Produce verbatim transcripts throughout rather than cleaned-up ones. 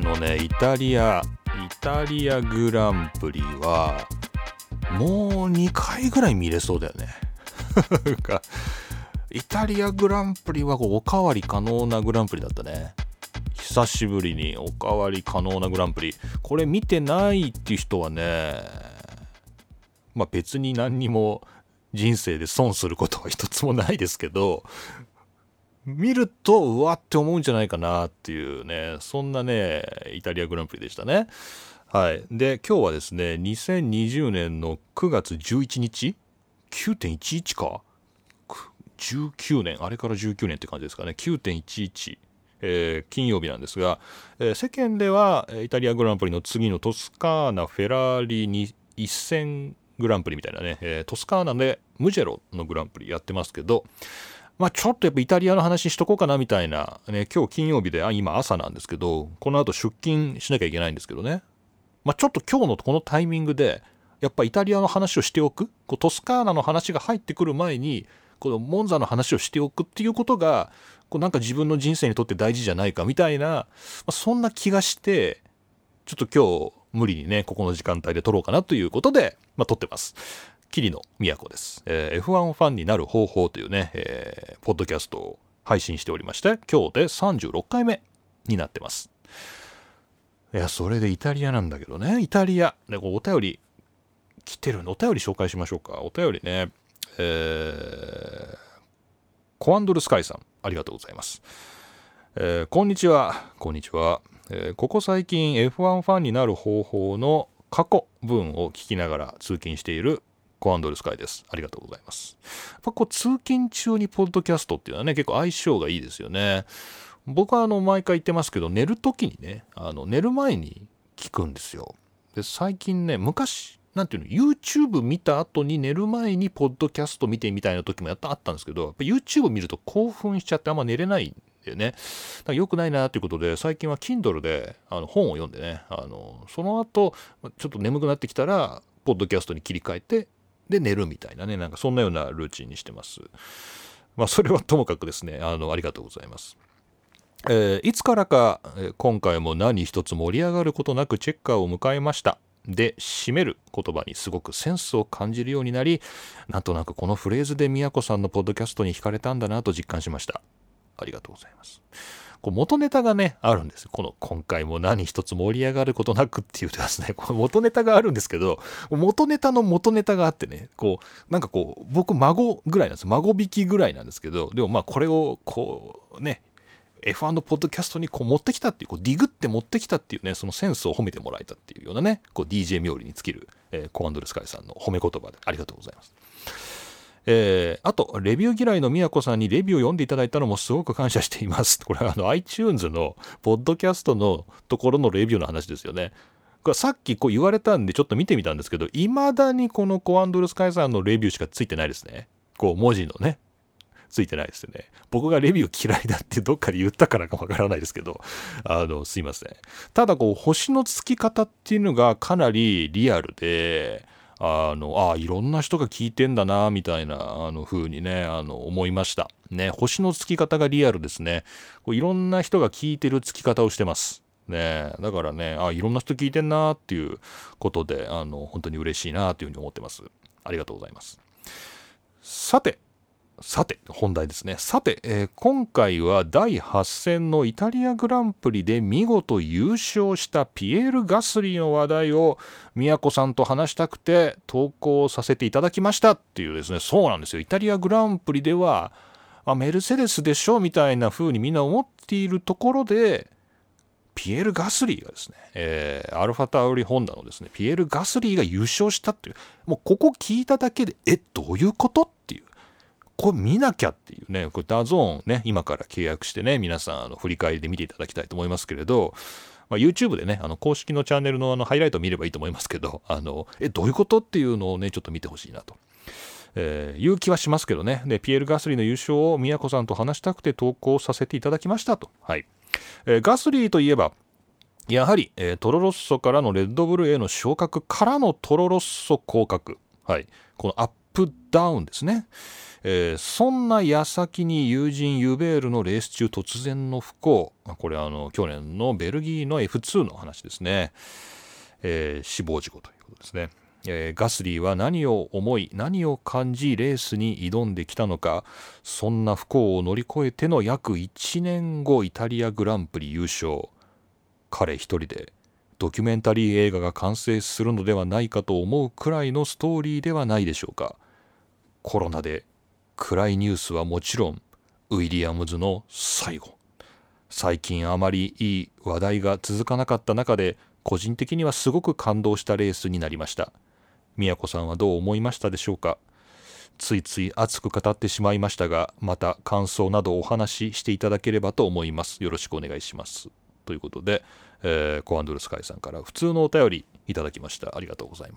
のねイタリアイタリアグランプリはもうにかいぐらい見れそうだよねイタリアグランプリはこうおかわり可能なグランプリだったね。久しぶりにおかわり可能なグランプリ、これ見てないっていう人はね、まあ別に何にも人生で損することは一つもないですけど、見るとうわって思うんじゃないかなっていうね、そんなねイタリアグランプリでしたね。はい。で今日はですねにせんにじゅうねんのくがつじゅういちにち きゅうてんいちいち かじゅうきゅうねん、あれからじゅうきゅうねんって感じですかね。 きゅうてんいちいち、えー、金曜日なんですが、えー、世間ではイタリアグランプリの次のトスカーナフェラーリにいっせんグランプリみたいなね、えー、トスカーナでムジェロのグランプリやってますけど、まあちょっとやっぱイタリアの話しとこうかなみたいなね、今日金曜日で、あ今朝なんですけど、この後出勤しなきゃいけないんですけどね、まあちょっと今日のこのタイミングでやっぱイタリアの話をしておく、こうトスカーナの話が入ってくる前にこのモンザの話をしておくっていうことがこうなんか自分の人生にとって大事じゃないかみたいな、まあ、そんな気がして、ちょっと今日無理にねここの時間帯で撮ろうかなということで、まあ、撮ってます。桐野都です、えー、エフワン ファンになる方法というね、えー、ポッドキャストを配信しておりまして、今日でさんじゅうろっかいめになってます。いやそれでイタリアなんだけどね、イタリアでこうお便り来てるの、お便り紹介しましょうか。お便りね、えー、コアンドルスカイさんありがとうございます。えー、こんにちはこんにちは、えー、ここ最近 エフワン ファンになる方法の過去文を聞きながら通勤しているコアンドルスカイです。ありがとうございます。やっぱこう通勤中にポッドキャストっていうのはね結構相性がいいですよね。僕はあの毎回言ってますけど、寝るときにね、あの寝る前に聞くんですよ。で最近ね、昔なんていうの YouTube 見た後に寝る前にポッドキャスト見てみたいな時もやったあったんですけど、やっぱ YouTube 見ると興奮しちゃってあんま寝れないんだよね。だから良くないなということで最近は Kindle であの本を読んでね、あのその後ちょっと眠くなってきたらポッドキャストに切り替えてで寝るみたいなね、なんかそんなようなルーチンにしてます。まあそれはともかくですね、あのありがとうございます。えー、いつからか、えー、今回も何一つ盛り上がることなくチェッカーを迎えましたで締める言葉にすごくセンスを感じるようになり、なんとなくこのフレーズで宮子さんのポッドキャストに惹かれたんだなと実感しました。ありがとうございます。こう元ネタがねあるんですよ。この今回も何一つ盛り上がることなくっていうとですね、この元ネタがあるんですけど、元ネタの元ネタがあってね、こうなんかこう僕孫ぐらいなんです、孫引きぐらいなんですけど、でもまあこれをこうねエフワン のポッドキャストにこう持ってきたっていう、こうディグって持ってきたっていうね、そのセンスを褒めてもらえたっていうようなね、こう ディージェー 冥利に尽きる、えー、コアンドルスカイさんの褒め言葉でありがとうございます。えー、あとレビュー嫌いの宮子さんにレビューを読んでいただいたのもすごく感謝しています。これはあの iTunes のポッドキャストのところのレビューの話ですよね。これさっきこう言われたんでちょっと見てみたんですけど、未だにこのコアンドルスカイさんのレビューしかついてないですね。こう文字のねついてないですよね。僕がレビュー嫌いだってどっかで言ったからかわからないですけど、あのすいません。ただこう星の付き方っていうのがかなりリアルで、あのあいろんな人が聞いてんだなみたいなあの風にねあの思いましたね。星の付き方がリアルですね。こういろんな人が聞いてる付き方をしてますね。だからね、あいろんな人聞いてんなっていうことで、あの本当に嬉しいなというふうに思ってます。ありがとうございます。さてさて本題ですね。さて、えー、今回はだいはち戦のイタリアグランプリで見事優勝したピエール・ガスリーの話題を宮子さんと話したくて投稿させていただきましたっていうですね。そうなんですよ。イタリアグランプリではあメルセデスでしょみたいな風にみんな思っているところで、ピエール・ガスリーがですね、えー、アルファタウリホンダのですねピエール・ガスリーが優勝したっていう、もうここ聞いただけでえどういうことっていう、これ見なきゃっていうね、これダゾーンね今から契約してね、皆さんあの振り返りで見ていただきたいと思いますけれど、まあ、YouTube でねあの公式のチャンネルのあのハイライトを見ればいいと思いますけど、あのえどういうことっていうのをねちょっと見てほしいなと、えー、いう気はしますけどね。でピエール・ガスリーの優勝を宮子さんと話したくて投稿させていただきましたと。はい、えー、ガスリーといえばやはり、えー、トロロッソからのレッドブルへの昇格からのトロロッソ降格、はい、このアップダウンですね。えー、そんな矢先に友人ユベールのレース中突然の不幸、これはあの去年のベルギーの エフツー の話ですね。えー、死亡事故ということですね。えー、ガスリーは何を思い何を感じレースに挑んできたのか。そんな不幸を乗り越えての約いちねんごイタリアグランプリ優勝。彼一人でドキュメンタリー映画が完成するのではないかと思うくらいのストーリーではないでしょうか。コロナで暗いニュースはもちろんウィリアムズの最後。最近あまりいい話題が続かなかった中で個人的にはすごく感動したレースになりました。宮子さんはどう思いましたでしょうか。ついつい熱く語ってしまいましたが、また感想などお話ししていただければと思います。よろしくお願いします。ということで、えー、コアンドルスカイさんから普通のお便りいただきました。ありがとうございます。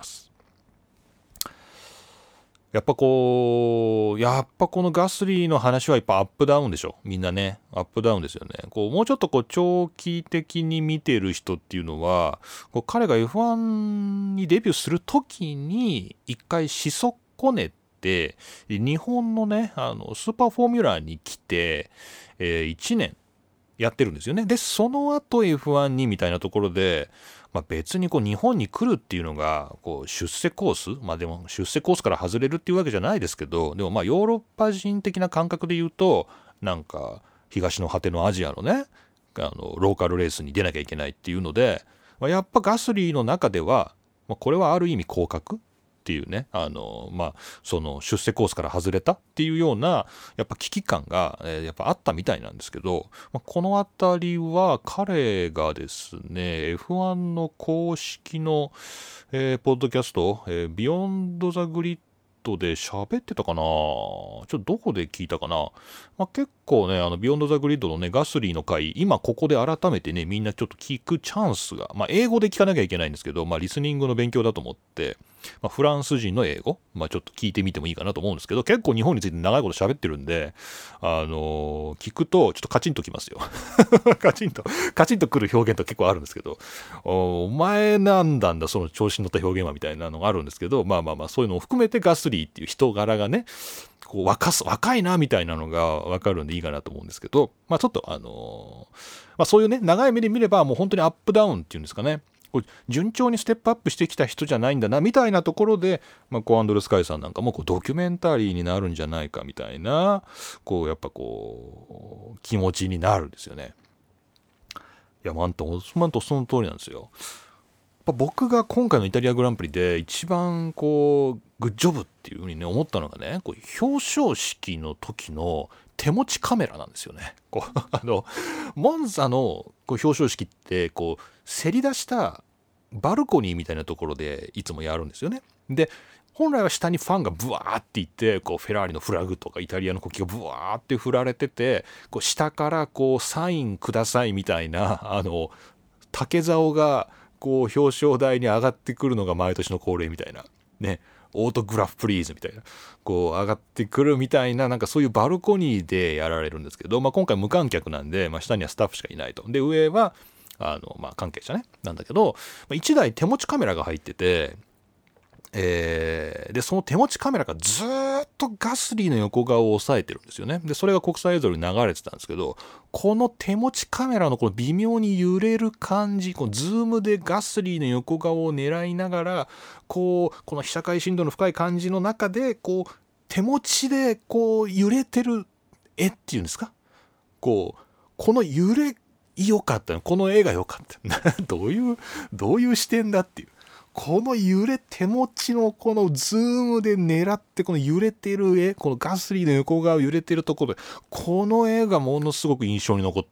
やっぱこうやっぱこのガスリーの話はやっぱアップダウンでしょ。みんなねアップダウンですよね。こうもうちょっとこう長期的に見てる人っていうのは、こう彼が エフワン にデビューする時に一回しそこねて日本のねあのスーパーフォーミュラーに来て、えー、いちねんやってるんですよね。でその後 エフワン にみたいなところで、まあ、別にこう日本に来るっていうのがこう出世コース、まあでも出世コースから外れるっていうわけじゃないですけど、でもまあヨーロッパ人的な感覚で言うと、なんか東の果てのアジアのねあのローカルレースに出なきゃいけないっていうので、まあ、やっぱガスリーの中では、まあ、これはある意味降格っていうね、あのまあその出世コースから外れたっていうようなやっぱ危機感が、えー、やっぱあったみたいなんですけど、まあ、この辺りは彼がですね エフワン の公式の、えー、ポッドキャスト、えー、ビヨンドザグリッドで喋ってたかな、ちょっとどこで聞いたかな、まあ、結構ねあのビヨンドザグリッドのねガスリーの回今ここで改めてねみんなちょっと聞くチャンスが、まあ、英語で聞かなきゃいけないんですけど、まあ、リスニングの勉強だと思ってまあ、フランス人の英語、まあ、ちょっと聞いてみてもいいかなと思うんですけど、結構日本について長いこと喋ってるんで、あのー、聞くとちょっとカチンときますよカチンとカチンとくる表現と結構あるんですけど、お, お前なんだんだその調子に乗った表現はみたいなのがあるんですけど、まあまあまあそういうのを含めてガスリーっていう人柄がねこう 若, す若いなみたいなのが分かるんでいいかなと思うんですけど、まあちょっとあのーまあ、そういうね長い目で見ればもう本当にアップダウンっていうんですかね、順調にステップアップしてきた人じゃないんだなみたいなところで、まあ、コアンドルスカイさんなんかもこうドキュメンタリーになるんじゃないかみたいなこうやっぱこう気持ちになるんですよね。いやマントマントその通りなんですよ。やっぱ僕が今回のイタリアグランプリで一番こうグッジョブっていう風にね思ったのがね、こう表彰式の時の手持ちカメラなんですよね。こうあのモンザのこう表彰式ってこうせり出したバルコニーみたいなところでいつもやるんですよね。で本来は下にファンがブワーっていってこうフェラーリのフラグとかイタリアの国旗がブワーって振られてて、こう下からこうサインくださいみたいなあの竹竿がこう表彰台に上がってくるのが毎年の恒例みたいなね、オートグラフプリーズみたいなこう上がってくるみたいな、なんかそういうバルコニーでやられるんですけど、まあ、今回無観客なんで、まあ、下にはスタッフしかいないと。で上はあの、まあ、関係者ねなんだけど、いちだい手持ちカメラが入ってて、えー、でその手持ちカメラがずっとガスリーの横顔を押さえてるんですよね。でそれが国際映像に流れてたんですけど、この手持ちカメラのこの微妙に揺れる感じ、このズームでガスリーの横顔を狙いながらこうこの被写界深度の深い感じの中でこう手持ちでこう揺れてる絵っていうんですか、こうこの揺れ良かったの、この絵が良かったどういうどういう視点だっていう、この揺れ手持ちのこのズームで狙ってこの揺れてる絵、このガスリーの横側揺れてるところでこの絵がものすごく印象に残って、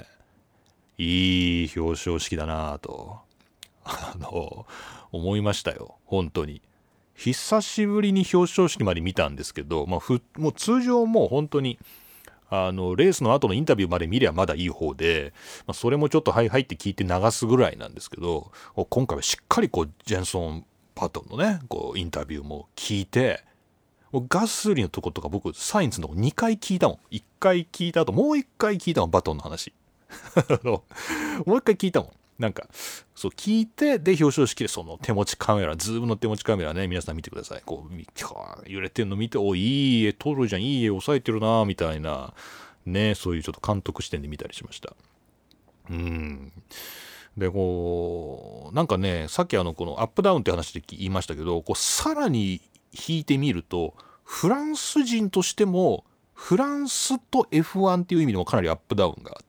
いい表彰式だなぁとあの思いましたよ。本当に久しぶりに表彰式まで見たんですけど、まあ、ふもう通常もう本当にあのレースの後のインタビューまで見りゃまだいい方で、まあ、それもちょっとはいはいって聞いて流すぐらいなんですけど、今回はしっかりこうジェンソン・パトンのねこうインタビューも聞いて、ガスリーのとことか僕サインズのとこにかい聞いたもん。いっかい聞いた後もういっかい聞いたもん、バトンの話もういっかい聞いたもん。 なんかそう聞いて、で表彰式でその手持ちカメラ、ズームの手持ちカメラね、皆さん見てください。こう揺れてんの見て、おいい絵撮るじゃん、いい絵抑えてるなみたいなね、そういうちょっと監督視点で見たりしました。うんでこうなんかね、さっきあのこのアップダウンって話で言いましたけど、こうさらに引いてみると、フランス人としてもフランスと エフワン っていう意味でもかなりアップダウンがあって、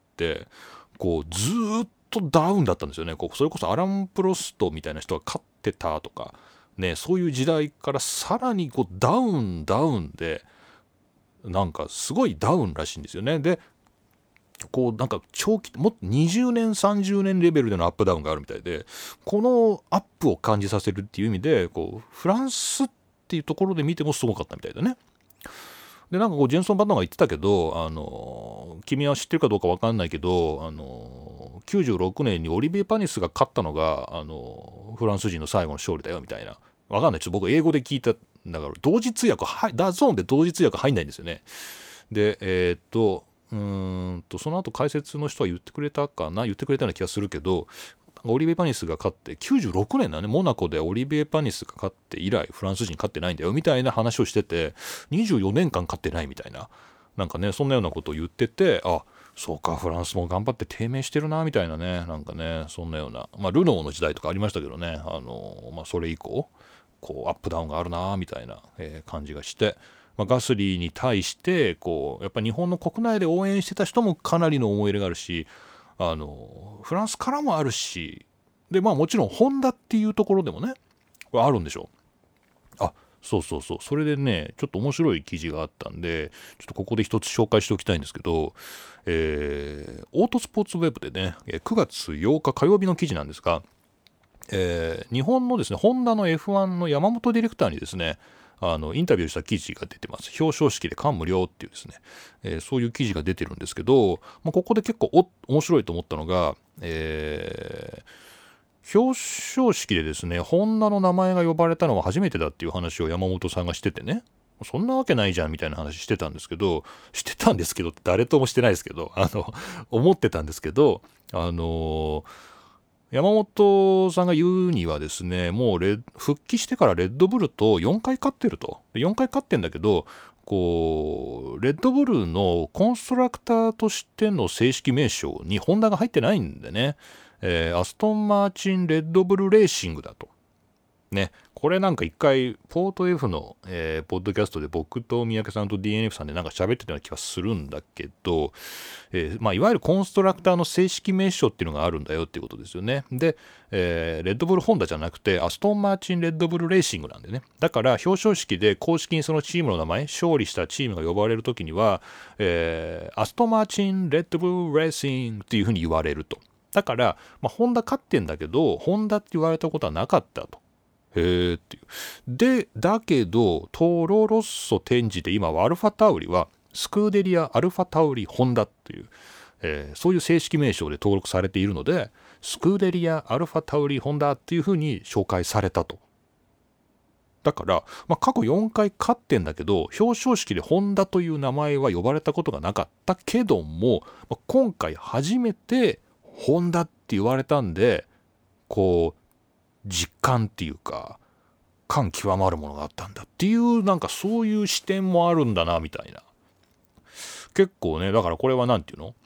こうずーっとダウンだったんですよね。こうそれこそアラン・プロストみたいな人が勝ってたとかね、そういう時代からさらにこうダウンダウンで、なんかすごいダウンらしいんですよね。でこうなんか長期、もっとにじゅうねんさんじゅうねんレベルでのアップダウンがあるみたいで、このアップを感じさせるっていう意味で、こうフランスっていうところで見てもすごかったみたいだね。でなんかこうジェンソン・バトンが言ってたけど、あの君は知ってるかどうか分かんないけど、あのきゅうじゅうろくねんにオリビエ・パニスが勝ったのが、あのフランス人の最後の勝利だよみたいな。分かんない、ちょっと僕英語で聞いたんだから、同時通訳はダゾーンで同時通訳入んないんですよね。でえー、っとうーんとその後解説の人は言ってくれたかな、言ってくれたような気がするけど、オリビエ・パニスが勝ってきゅうじゅうろくねんだね、モナコでオリビエ・パニスが勝って以来フランス人勝ってないんだよみたいな話をしてて、にじゅうよねんかん勝ってないみたいな、なんかねそんなようなことを言ってて、あそうかフランスも頑張って低迷してるなみたいなね、なんかねそんなような、まあルノーの時代とかありましたけどね、あのまあそれ以降こうアップダウンがあるなみたいな、えー、感じがして、まあ、ガスリーに対してこうやっぱ日本の国内で応援してた人もかなりの思い入れがあるし、あのフランスからもあるし、でまあもちろんホンダっていうところでもねこれあるんでしょう。あそうそうそう、それでねちょっと面白い記事があったんで、ちょっとここで一つ紹介しておきたいんですけど、えー、オートスポーツウェブでねくがつようか火曜日の記事なんですが、えー、日本のですねホンダの エフワン の山本ディレクターにですね、あのインタビューした記事が出てます。表彰式で感無量っていうですね、えー、そういう記事が出てるんですけど、まあ、ここで結構お面白いと思ったのが、えー、表彰式でですねホンダの名前が呼ばれたのは初めてだっていう話を山本さんがしててね、そんなわけないじゃんみたいな話してたんですけど、してたんですけど誰ともしてないですけど、あの思ってたんですけど、あのー山本さんが言うにはですね、もうレ復帰してからレッドブルとよんかい勝ってると。よんかい勝ってんだけど、こうレッドブルのコンストラクターとしての正式名称にホンダが入ってないんでね、えー、アストンマーチンレッドブルレーシングだとね。これなんか一回ポート F の、えー、ポッドキャストで僕と三宅さんと ディーエヌエフ さんでなんか喋ってたような気がするんだけど、えーまあ、いわゆるコンストラクターの正式名称っていうのがあるんだよっていうことですよね。で、えー、レッドブルホンダじゃなくてアストンマーチンレッドブルレーシングなんでね。だから表彰式で公式にそのチームの名前、勝利したチームが呼ばれるときには、えー、アストンマーチンレッドブルレーシングっていうふうに言われると。だから、まあ、ホンダ勝ってんだけどホンダって言われたことはなかったと。へーっていう。で、だけど、トロロッソ転じて今はアルファタウリはスクーデリアアルファタウリホンダっていう、えー、そういう正式名称で登録されているので、スクーデリアアルファタウリホンダっていうふうに紹介されたと。だから、まあ、過去よんかい勝ってんだけど、表彰式でホンダという名前は呼ばれたことがなかったけども、まあ、今回初めてホンダって言われたんで、こう、実感っていうか感極まるものがあったんだっていう、なんかそういう視点もあるんだなみたいな。結構ね、だからこれはなんていうの、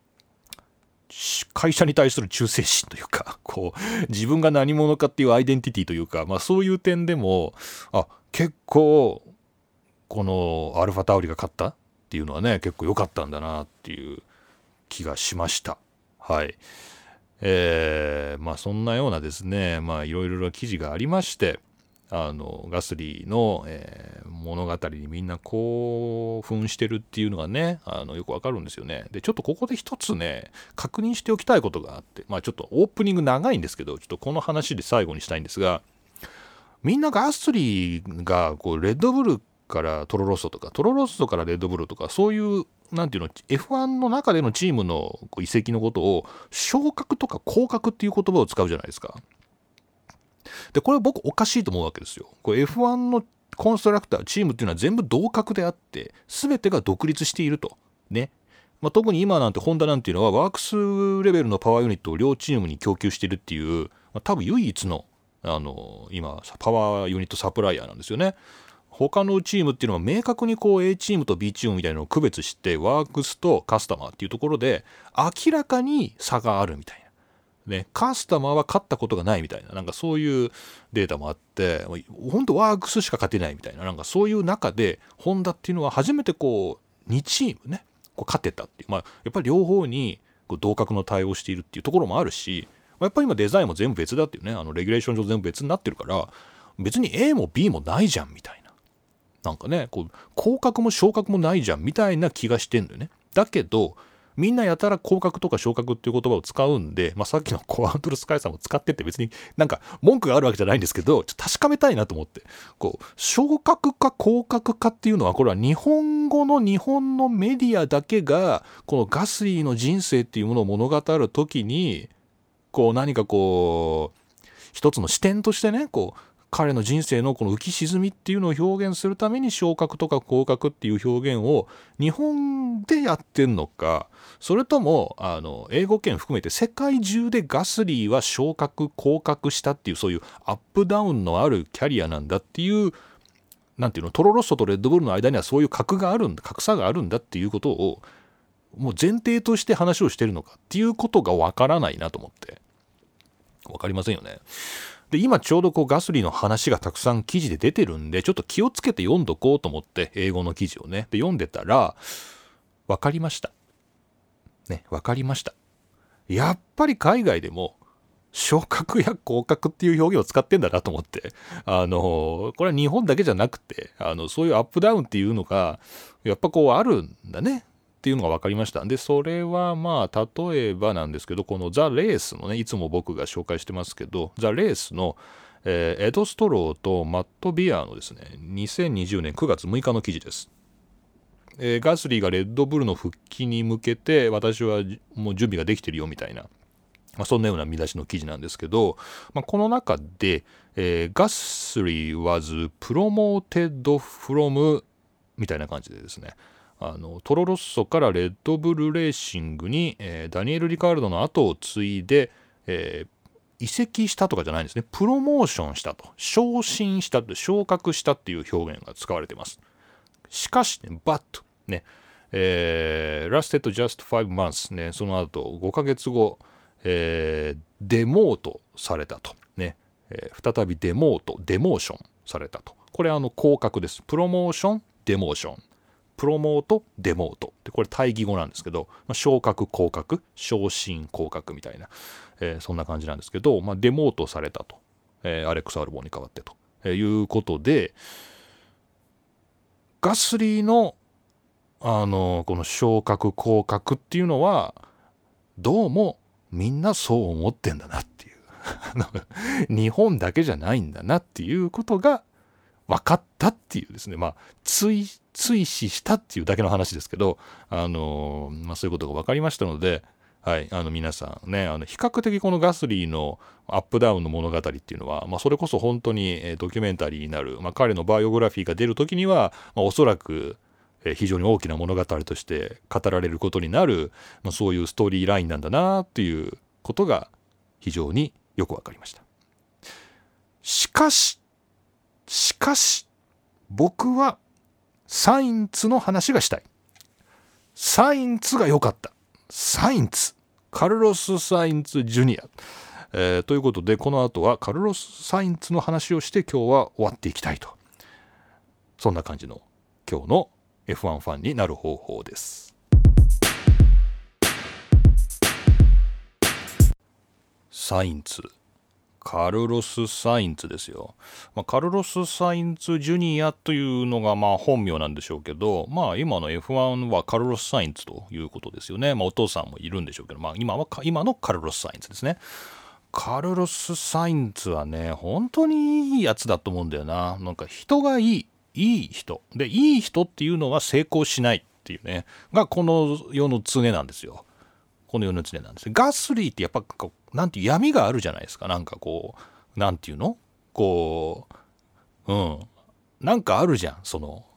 会社に対する忠誠心というか、こう自分が何者かっていうアイデンティティというか、まあそういう点でも、あ結構このアルファタウリが勝ったっていうのはね結構良かったんだなっていう気がしました。はい。えー、まあそんなようなですね、まあいろいろな記事がありまして、あのガスリーの、えー、物語にみんな興奮してるっていうのがね、あのよくわかるんですよね。でちょっとここで一つね確認しておきたいことがあって、まあちょっとオープニング長いんですけど、ちょっとこの話で最後にしたいんですが、みんなガスリーがこうレッドブルからトロロッソとかトロロッソからレッドブルとか、そういうなんていうの エフワン の中でのチームの移籍のことを昇格とか降格っていう言葉を使うじゃないですか。でこれは僕おかしいと思うわけですよ。これ エフワン のコンストラクターチームっていうのは全部同格であって全てが独立しているとね。 まあ、特に今なんてホンダなんていうのはワークスレベルのパワーユニットを両チームに供給してるっていう、まあ、多分唯一の、あの今パワーユニットサプライヤーなんですよね。他のチームっていうのは明確にこう A チームと B チームみたいなのを区別してワークスとカスタマーっていうところで明らかに差があるみたいな、ね、カスタマーは勝ったことがないみたいな、なんかそういうデータもあって、本当ワークスしか勝てないみたいな、なんかそういう中でホンダっていうのは初めてこうにチームねこう勝てたっていう、まあ、やっぱり両方にこう同格の対応しているっていうところもあるし、やっぱり今デザインも全部別だっていうね、あのレギュレーション上全部別になってるから別に A も B もないじゃんみたいな、なんかねこう降格も昇格もないじゃんみたいな気がしてんのよね。だけどみんなやたら降格とか昇格っていう言葉を使うんで、まあ、さっきのコアントルスカイさんも使ってって別になんか文句があるわけじゃないんですけど、ちょっと確かめたいなと思って、こう昇格か降格かっていうのはこれは日本語の日本のメディアだけがこのガスリーの人生っていうものを物語るときにこう何かこう一つの視点としてねこう彼の人生のこの浮き沈みっていうのを表現するために昇格とか降格っていう表現を日本でやってんのか、それともあの英語圏含めて世界中でガスリーは昇格降格したっていうそういうアップダウンのあるキャリアなんだっていう、なんていうの、トロロッソとレッドブルの間にはそういう格があるんだ格差があるんだっていうことをもう前提として話をしてるのかっていうことがわからないなと思って。わかりませんよね。で今ちょうどこうガスリーの話がたくさん記事で出てるんでちょっと気をつけて読んどこうと思って英語の記事をねで読んでたら分かりましたね分かりましたやっぱり海外でも昇格や降格っていう表現を使ってんだなと思って、あのこれは日本だけじゃなくてあのそういうアップダウンっていうのがやっぱこうあるんだねっていうのが分かりました。でそれはまあ例えばなんですけど、このザ・レースのねいつも僕が紹介してますけどザ・レースの、えー、エド・ストローとマット・ビアーのですねにせんにじゅうねんくがつむいかの記事です。えー、ガスリーがレッドブルの復帰に向けて私はもう準備ができてるよみたいな、まあ、そんなような見出しの記事なんですけど、まあ、この中で、えー、ガスリー was promoted from みたいな感じでですね、あのトロロッソからレッドブルレーシングに、えー、ダニエル・リカルドの後を継いで、えー、移籍したとかじゃないんですね。プロモーションしたと、昇進したと、昇格したっていう表現が使われています。しかしね、but ね、えー、lasted just five months ね、その後ごかげつご、えー、デモートされたとね、えー、再びデモート、デモーションされたと。これあの降格です。プロモーション、デモーション。プロモート、デモートでこれ対義語なんですけど、まあ、昇格降格昇進降格みたいな、えー、そんな感じなんですけど、まあ、デモートされたと、えー、アレックス・アルボーに代わってと、えー、いうことでガスリーのあのこの昇格降格っていうのはどうもみんなそう思ってんだなっていう日本だけじゃないんだなっていうことが分かったっていうですね、まあ追追試したっていうだけの話ですけど、あのーまあ、そういうことが分かりましたので、はい、あの皆さんね、あの比較的このガスリーのアップダウンの物語っていうのは、まあ、それこそ本当にドキュメンタリーになる、まあ、彼のバイオグラフィーが出る時には、まあ、おそらく非常に大きな物語として語られることになる、まあ、そういうストーリーラインなんだなっていうことが非常によく分かりました。しかししかし僕はサインツの話がしたい。サインツが良かった。サインツ。カルロス・サインツ・ジュニア、えー。ということでこの後はカルロス・サインツの話をして今日は終わっていきたいと。そんな感じの今日の エフワン ファンになる方法です。サインツ。カルロス・サインツですよ。まあ、カルロス・サインツ・ジュニアというのがまあ本名なんでしょうけど、まあ今の エフワン はカルロス・サインツということですよね。まあお父さんもいるんでしょうけど、まあ今は今のカルロス・サインツですね。カルロス・サインツはね、本当にいいやつだと思うんだよな。なんか人がいい、いい人。で、いい人っていうのは成功しないっていうね、がこの世の常なんですよ。この世の常なんです。ガスリーってやっぱこうなんていう闇があるじゃないですか。なんかこうなんていうのこううんなんかあるじゃん。その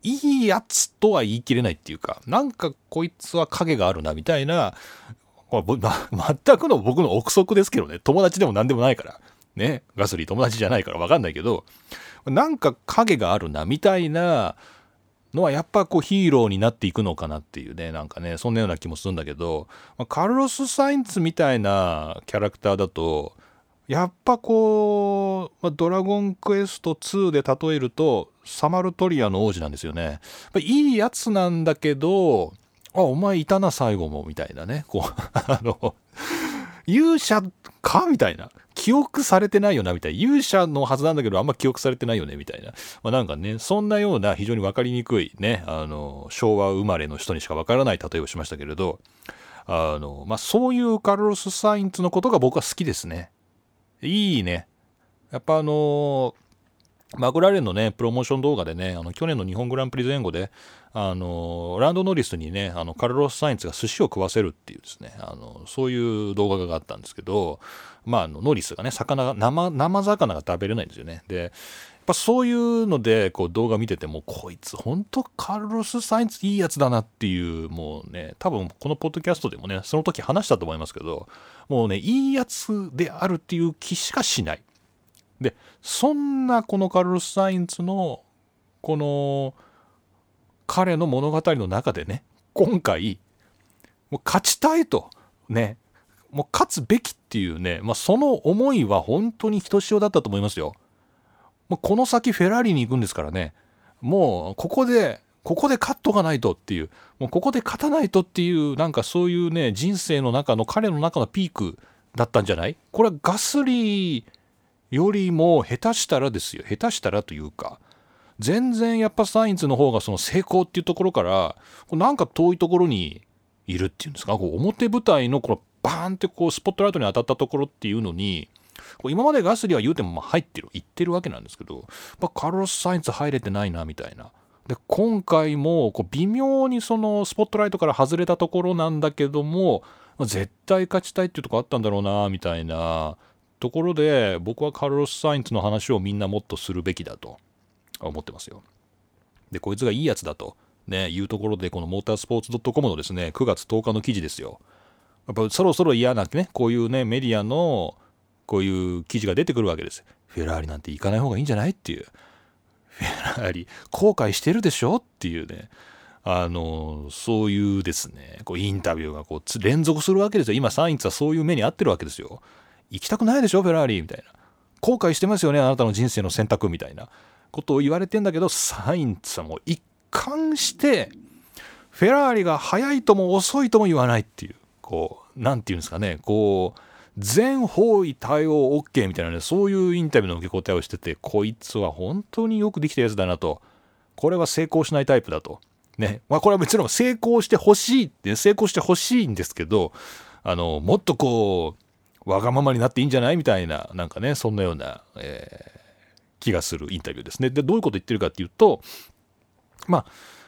いいやつとは言い切れないっていうか、なんかこいつは影があるなみたいな、これ全くの僕の憶測ですけどね、友達でも何でもないからね、ガスリー友達じゃないから分かんないけど、なんか影があるなみたいなのはやっぱこうヒーローになっていくのかなっていうね、なんかねそんなような気もするんだけど、カルロス・サインツみたいなキャラクターだとやっぱこう、ドラゴンクエストツーで例えるとサマルトリアの王子なんですよね。やっぱいいやつなんだけど、あ、お前いたな最後もみたいなね、こうあの勇者かみたいな、記憶されてないよなみたいな、勇者のはずなんだけどあんま記憶されてないよねみたいな、まあ、なんかねそんなような非常に分かりにくいね、あの昭和生まれの人にしか分からない例えをしましたけれど、あの、まあ、そういうカルロス・サインツのことが僕は好きですね。いいね。やっぱあのー、マクラーレンのねプロモーション動画でね、あの去年の日本グランプリ前後であのー、ランドノリスにねあのカルロス・サインツが寿司を食わせるっていうですね、あのそういう動画があったんですけど、まあ、あのノリスがね魚が 生, 生魚が食べれないんですよね。でやっぱそういうのでこう動画見てても、こいつ本当カルロス・サインツいいやつだなっていう、もうね多分このポッドキャストでもねその時話したと思いますけど、もうねいいやつであるっていう気しかしない。でそんなこのカルロス・サインツのこの彼の物語の中でね、今回もう勝ちたいとね、もう勝つべきっていうね、まあ、その思いは本当にひとしおだったと思いますよ。もうこの先フェラーリに行くんですからね、もうここでここで勝っとかないとっていう、もうここで勝たないとっていう、なんかそういうね人生の中の彼の中のピークだったんじゃない？これはガスリーよりも下手したらですよ、下手したらというか全然やっぱサインツの方がその成功っていうところからなんか遠いところにいるっていうんですか、こう表舞台のこのバーンってこうスポットライトに当たったところっていうのに、こう今までガスリーは言うてもまあ入ってる言ってるわけなんですけど、やっぱカルロス・サインツ入れてないなみたいな。で今回もこう微妙にそのスポットライトから外れたところなんだけども、絶対勝ちたいっていうところあったんだろうなみたいなところで、僕はカルロス・サインツの話をみんなもっとするべきだと思ってますよ。でこいつがいいやつだとねいうところで、このモータースポーツ .com のですねくがつとおかの記事ですよ。やっぱそろそろ嫌なねこういうねメディアのこういう記事が出てくるわけです。フェラーリなんて行かない方がいいんじゃないっていう、フェラーリ後悔してるでしょっていうね、あのそういうですねこうインタビューがこう連続するわけですよ。今サインツはそういう目に遭ってるわけですよ。行きたくないでしょフェラーリみたいな、後悔してますよねあなたの人生の選択みたいなことを言われてんだけど、サインツはもう一貫してフェラーリが速いとも遅いとも言わないっていう、こうなんていうんですかね、こう全方位対応 OK みたいなね、そういうインタビューの受け答えをしてて、こいつは本当によくできたやつだなと、これは成功しないタイプだとね、まあこれはもちろん成功してほしいって成功してほしいんですけど、あのもっとこうわがままになっていいんじゃないみたいな、なんかねそんなような、えー、気がするインタビューですね。でどういうこと言ってるかっていうと、まあ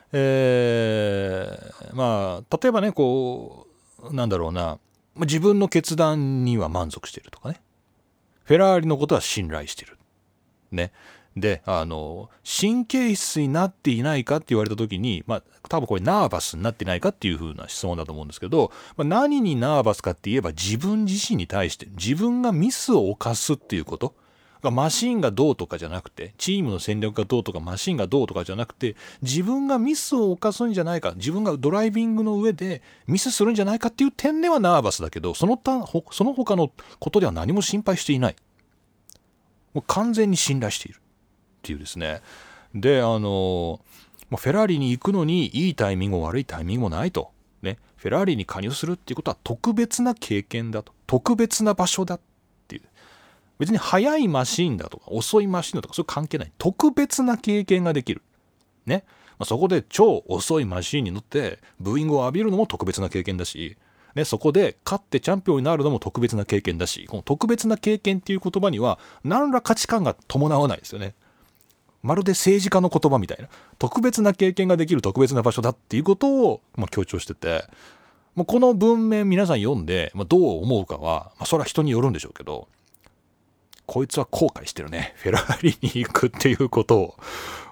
えー、まあ例えばねこうなんだろうな、自分の決断には満足してるとかね、フェラーリのことは信頼してるね。であの神経質になっていないかって言われた時に、まあ多分これナーバスになってないかっていう風な質問だと思うんですけど、まあ、何にナーバスかって言えば自分自身に対して自分がミスを犯すっていうこと、マシンがどうとかじゃなくて、チームの戦略がどうとかマシンがどうとかじゃなくて、自分がミスを犯すんじゃないか、自分がドライビングの上でミスするんじゃないかっていう点ではナーバスだけど、その他その他のことでは何も心配していない、もう完全に信頼しているっていうですね。であのフェラーリに行くのにいいタイミングも悪いタイミングもないとね、フェラーリに加入するっていうことは特別な経験だと、特別な場所だっていう、別に速いマシーンだとか遅いマシーンだとかそういう関係ない、特別な経験ができるね。まあ、そこで超遅いマシーンに乗ってブーイングを浴びるのも特別な経験だし、ね、そこで勝ってチャンピオンになるのも特別な経験だし、この特別な経験っていう言葉には何ら価値観が伴わないですよね。まるで政治家の言葉みたいな、特別な経験ができる特別な場所だっていうことを、まあ、強調してて、もうこの文面皆さん読んで、まあ、どう思うかは、まあ、それは人によるんでしょうけど、こいつは後悔してるね、フェラーリに行くっていうことを。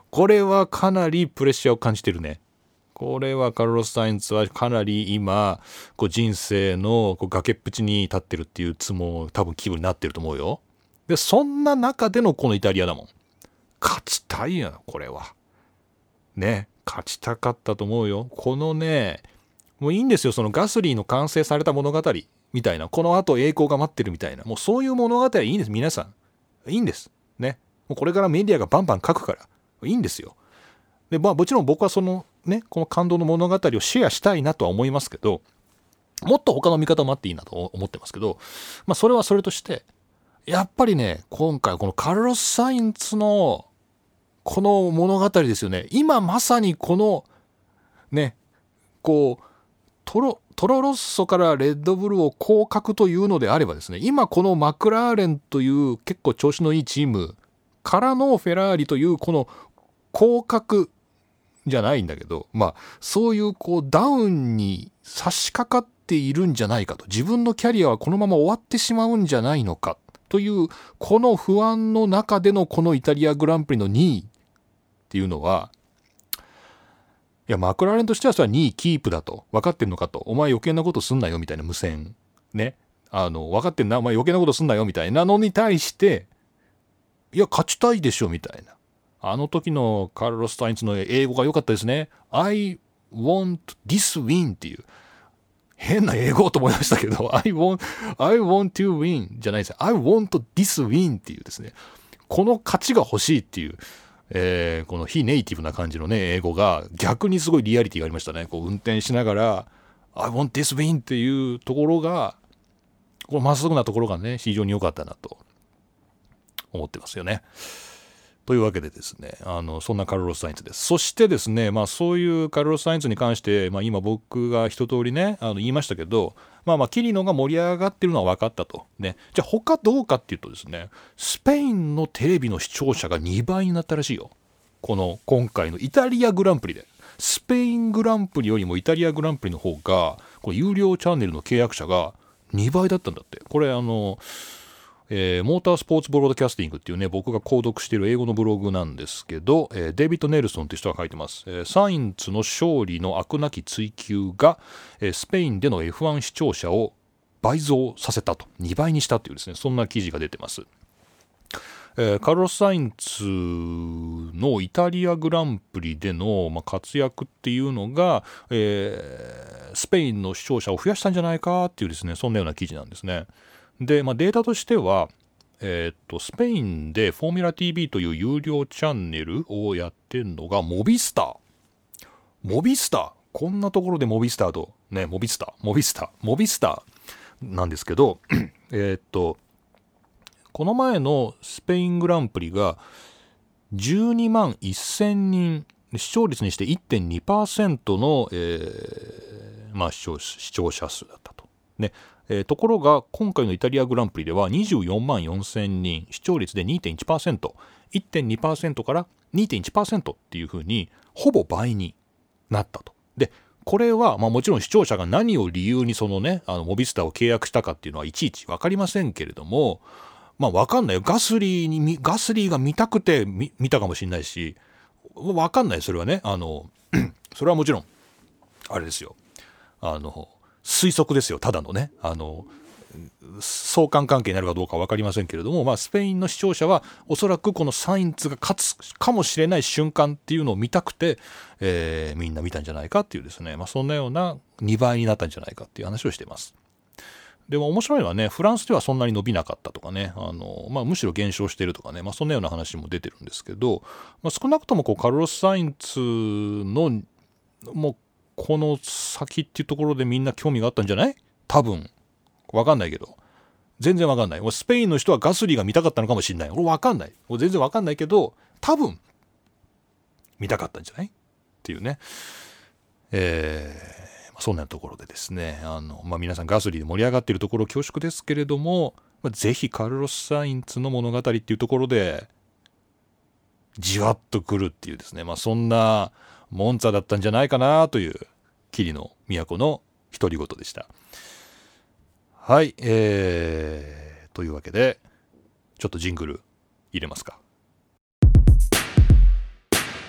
これはかなりプレッシャーを感じてるね。これはカルロス・サインツはかなり今こう人生のこう崖っぷちに立ってるっていうつも多分気分になってると思うよ。でそんな中でのこのイタリアだもん。勝ちたいよこれはね。勝ちたかったと思うよ。このねもういいんですよ、そのガスリーの完成された物語みたいな、この後栄光が待ってるみたいな、もうそういう物語はいいんです。皆さんいいんですね。もうこれからメディアがバンバン書くからいいんですよ。でまあもちろん僕はそのねこの感動の物語をシェアしたいなとは思いますけど、もっと他の見方もあっていいなと思ってますけど、まあそれはそれとして、やっぱりね今回このカルロス・サインツのこの物語ですよね。今まさにこのねこうトロトロロッソからレッドブルを降格というのであればですね、今このマクラーレンという結構調子のいいチームからのフェラーリというこの降格じゃないんだけど、まあそういうこうダウンに差し掛かっているんじゃないかと、自分のキャリアはこのまま終わってしまうんじゃないのかというこの不安の中でのこのイタリアグランプリのにいっていうのは、いやマクラーレンとしてはそれはにいキープだと分かってんのかと、お前余計なことすんなよみたいな無線ね、あの分かってんなお前余計なことすんなよみたいなのに対して、いや勝ちたいでしょみたいな、あの時のカルロス・サインツの英語が良かったですね。 I want this win っていう変な英語と思いましたけど I want, I want to win じゃないですよ。 I want this win っていうですね、この勝ちが欲しいっていう、えー、この非ネイティブな感じのね英語が逆にすごいリアリティがありましたね。こう運転しながら I want this win っていうところが、このまっすぐなところがね非常に良かったなと思ってますよね。というわけでですね、あのそんなカルロス・サインツです。そしてですね、まあそういうカルロス・サインツに関して、まあ、今僕が一通りねあの言いましたけど、まあまあキリノが盛り上がってるのは分かったとね。じゃあ他どうかっていうとですね、スペインのテレビの視聴者がにばいになったらしいよ。この今回のイタリアグランプリで、スペイングランプリよりもイタリアグランプリの方がこの有料チャンネルの契約者がにばいだったんだって。これあのえー、モータースポーツブロードキャスティングっていうね僕が購読している英語のブログなんですけど、えー、デイビッド・ネルソンっていう人が書いてます、えー、サインツの勝利の飽くなき追求が、えー、スペインでの エフワン 視聴者を倍増させたと、にばいにしたっていうですね、そんな記事が出てます。えー、カルロス・サインツのイタリアグランプリでの、まあ、活躍っていうのが、えー、スペインの視聴者を増やしたんじゃないかっていうですね、そんなような記事なんですね。で、まあ、データとしては、えー、っとスペインでフォーミュラ ティーブイ という有料チャンネルをやってるのがモビスター。モビスターこんなところでモビスターとね、モビスターモビスターモビスターなんですけどえーっとこの前のスペイングランプリがじゅうにまんせんにん、視聴率にして いってんにパーセント の、えーまあ、視聴、視聴者数だったとね。えー、ところが今回のイタリアグランプリではにじゅうよんまんよんせんにん、視聴率で にてんいちパーセント、いってんにパーセント から にてんいちパーセント っていう風にほぼ倍になったと。でこれは、まあ、もちろん視聴者が何を理由にそのねあのモビスターを契約したかっていうのはいちいち分かりませんけれども、まあ分かんないよ。ガスリーにガスリーが見たくて 見, 見たかもしれないし、分かんない。それはねあのそれはもちろんあれですよ、あの推測ですよ。ただのねあの相関関係になるかどうか分かりませんけれども、まあ、スペインの視聴者はおそらくこのサインツが勝つかもしれない瞬間っていうのを見たくて、えー、みんな見たんじゃないかっていうですね、まあ、そんなようなにばいになったんじゃないかっていう話をしています。でも面白いのはね、フランスではそんなに伸びなかったとかね、あの、まあ、むしろ減少しているとかね、まあ、そんなような話も出てるんですけど、まあ、少なくともこうカルロス・サインツのもうこの先っていうところでみんな興味があったんじゃない？多分分かんないけど、全然分かんない。スペインの人はガスリーが見たかったのかもしれない。俺分かんない。俺全然分かんないけど、多分見たかったんじゃないっていうね。えーそんなところでですね、あの、まあ、皆さんガスリーで盛り上がっているところ恐縮ですけれども、まあ、ぜひカルロス・サインツの物語っていうところでじわっとくるっていうですね、まあ、そんなモンツァだったんじゃないかなという桐野都の独り言でした。はい、えー、というわけでちょっとジングル入れますか。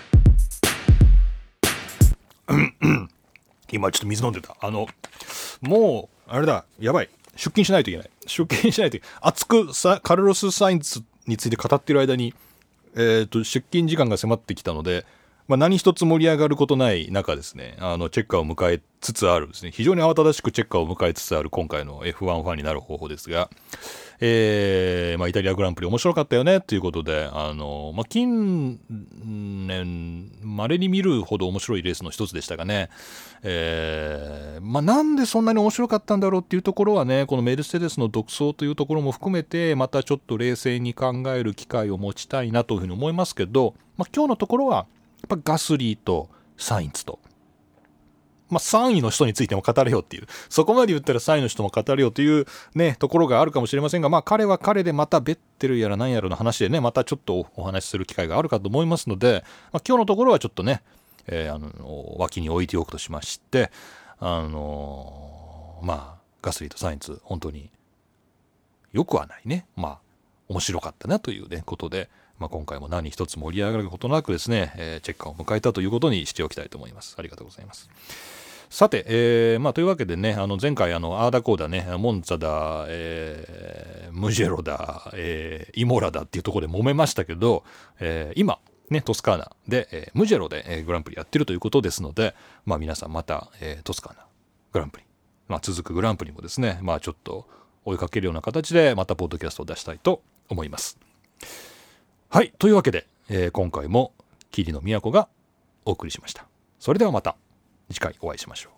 今ちょっと水飲んでた。あのもうあれだ、やばい、出勤しないといけない出勤しないといけない熱くさカルロス・サインズについて語っている間に、えー、と出勤時間が迫ってきたので、まあ、何一つ盛り上がることない中ですね、あのチェッカーを迎えつつあるですね、非常に慌ただしくチェッカーを迎えつつある今回の エフワン ファンになる方法ですが、えーまあ、イタリアグランプリ面白かったよねということで、あの、まあ、近年稀に見るほど面白いレースの一つでしたがね、えーまあ、なんでそんなに面白かったんだろうっていうところはね、このメルセデスの独走というところも含めてまたちょっと冷静に考える機会を持ちたいなというふうに思いますけど、まあ、今日のところはやっぱガスリーとサインツと、まあ、さんいの人についても語れよっていう、そこまで言ったらさんいの人も語れよというねところがあるかもしれませんが、まあ彼は彼でまたベッテルやら何やらの話でね、またちょっとお話しする機会があるかと思いますので、まあ、今日のところはちょっとね、えー、あの脇に置いておくとしまして、あのー、まあガスリーとサインツ本当によくはないね、まあ面白かったなというねことで、まあ、今回も何一つ盛り上がることなくですね、えー、チェッカーを迎えたということにしておきたいと思います。ありがとうございます。さて、えーまあ、というわけでね、あの前回あのアーダコーダね、モンツァだ、えー、ムジェロだ、えー、イモラだっていうところで揉めましたけど、えー、今ねトスカーナで、えー、ムジェロで、えー、グランプリやってるということですので、まあ、皆さんまた、えー、トスカーナグランプリ、まあ、続くグランプリもですね、まあ、ちょっと追いかけるような形でまたポッドキャストを出したいと思います。はい、というわけで、えー、今回も桐野都がお送りしました。それではまた次回お会いしましょう。